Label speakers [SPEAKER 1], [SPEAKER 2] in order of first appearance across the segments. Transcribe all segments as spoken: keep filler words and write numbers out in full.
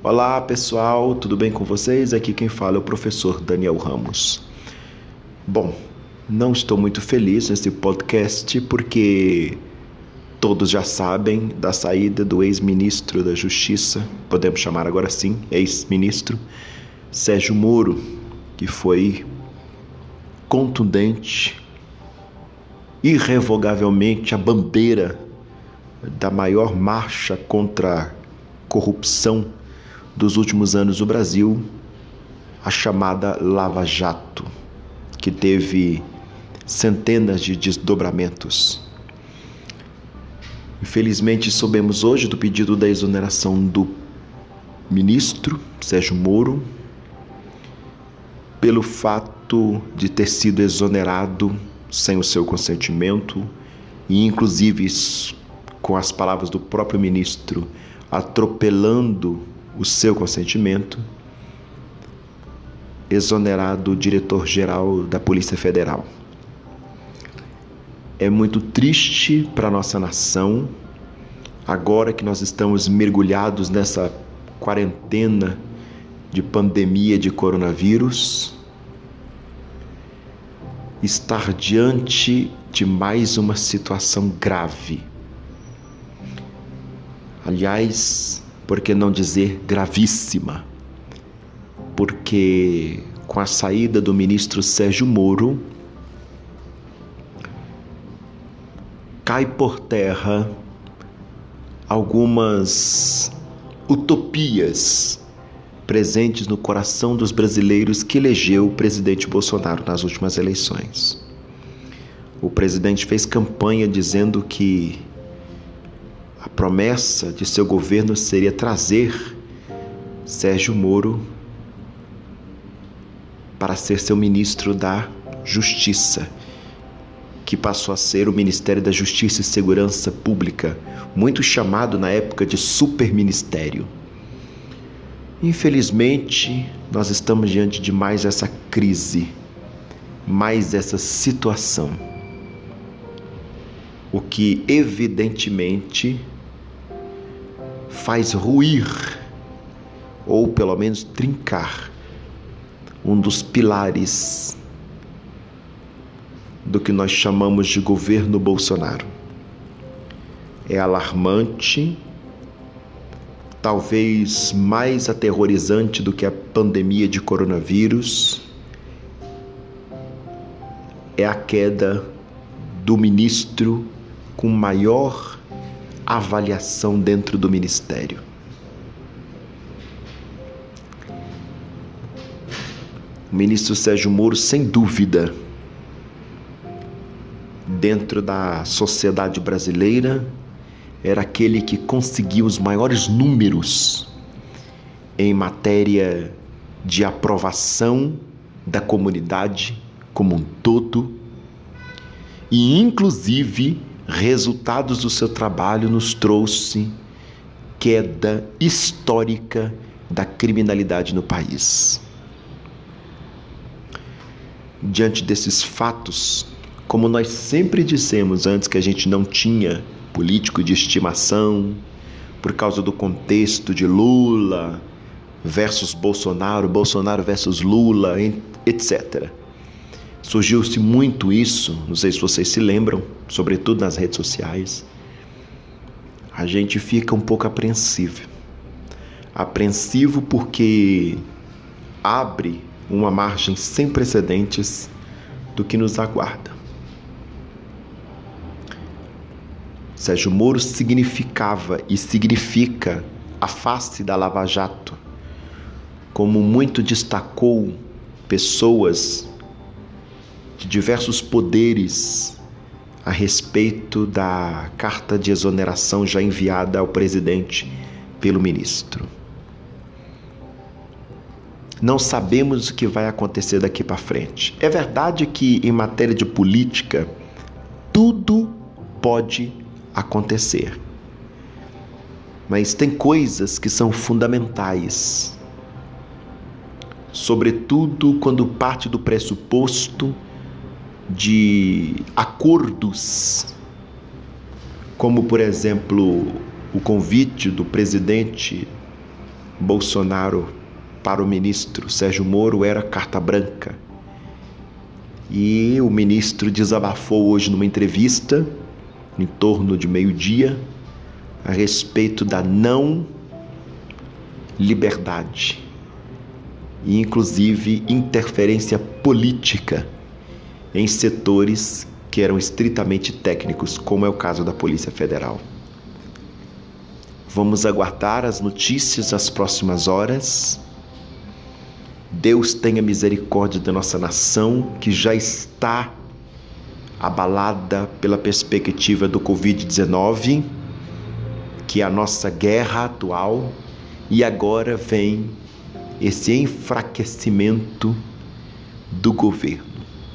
[SPEAKER 1] Olá pessoal, tudo bem com vocês? Aqui quem fala é o professor Daniel Ramos. Bom, não estou muito feliz nesse podcast porque todos já sabem da saída do ex-ministro da Justiça, podemos chamar agora sim, ex-ministro, Sérgio Moro, que foi contundente, irrevogavelmente a bandeira da maior marcha contra a corrupção dos últimos anos do Brasil, a chamada Lava Jato, que teve centenas de desdobramentos. Infelizmente, soubemos hoje do pedido da exoneração do ministro Sérgio Moro, pelo fato de ter sido exonerado sem o seu consentimento e, inclusive, com as palavras do próprio ministro, atropelando o seu consentimento, exonerado o diretor-geral da Polícia Federal. É muito triste para a nossa nação, agora que nós estamos mergulhados nessa quarentena de pandemia de coronavírus, estar diante de mais uma situação grave. Aliás, por que não dizer gravíssima? Porque com a saída do ministro Sérgio Moro, cai por terra algumas utopias presentes no coração dos brasileiros que elegeu o presidente Bolsonaro nas últimas eleições. O presidente fez campanha dizendo que a promessa de seu governo seria trazer Sérgio Moro para ser seu ministro da Justiça, que passou a ser o Ministério da Justiça e Segurança Pública, muito chamado na época de superministério. Infelizmente, nós estamos diante de mais essa crise, mais essa situação, o que evidentemente faz ruir, ou pelo menos trincar, um dos pilares do que nós chamamos de governo Bolsonaro. É alarmante, talvez mais aterrorizante do que a pandemia de coronavírus, é a queda do ministro com maior avaliação dentro do ministério. O ministro Sérgio Moro, sem dúvida, dentro da sociedade brasileira, era aquele que conseguiu os maiores números em matéria de aprovação da comunidade como um todo e, inclusive, resultados do seu trabalho nos trouxe queda histórica da criminalidade no país. Diante desses fatos, como nós sempre dissemos antes que a gente não tinha político de estimação, por causa do contexto de Lula versus Bolsonaro, Bolsonaro versus Lula, etcétera. Surgiu-se muito isso, não sei se vocês se lembram, sobretudo nas redes sociais. A gente fica um pouco apreensivo. Apreensivo porque abre uma margem sem precedentes do que nos aguarda. Sérgio Moro significava e significa a face da Lava Jato, como muito destacou pessoas de diversos poderes a respeito da carta de exoneração já enviada ao presidente pelo ministro. Não sabemos o que vai acontecer daqui para frente. É verdade que em matéria de política, tudo pode acontecer. Mas tem coisas que são fundamentais, sobretudo quando parte do pressuposto de acordos, como por exemplo o convite do presidente Bolsonaro para o ministro Sérgio Moro era carta branca. E o ministro desabafou hoje numa entrevista, em torno de meio-dia, a respeito da não liberdade e, inclusive, interferência política em setores que eram estritamente técnicos, como é o caso da Polícia Federal. Vamos aguardar as notícias das próximas horas. Deus tenha misericórdia da nossa nação, que já está abalada pela perspectiva do covid dezenove, que é a nossa guerra atual, e agora vem esse enfraquecimento do governo.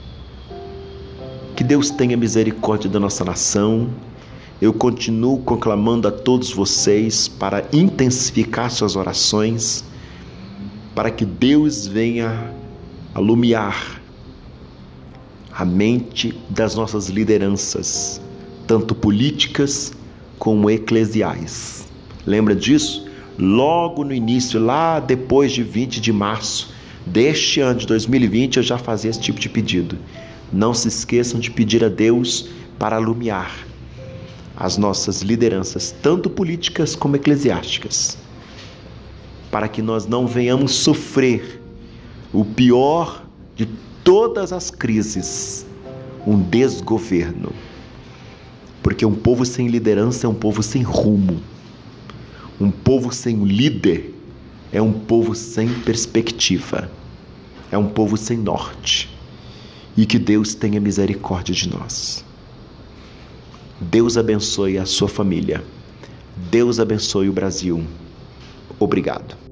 [SPEAKER 1] Que Deus tenha misericórdia da nossa nação. Eu continuo conclamando a todos vocês para intensificar suas orações, para que Deus venha alumiar a mente das nossas lideranças, tanto políticas como eclesiais. Lembra disso? Logo no início, lá depois de vinte de março deste ano de dois mil e vinte, eu já fazia esse tipo de pedido. Não se esqueçam de pedir a Deus para alumiar as nossas lideranças, tanto políticas como eclesiásticas, para que nós não venhamos sofrer o pior de todas as crises, um desgoverno. Porque um povo sem liderança é um povo sem rumo. Um povo sem um líder é um povo sem perspectiva. É um povo sem norte. E que Deus tenha misericórdia de nós. Deus abençoe a sua família. Deus abençoe o Brasil. Obrigado.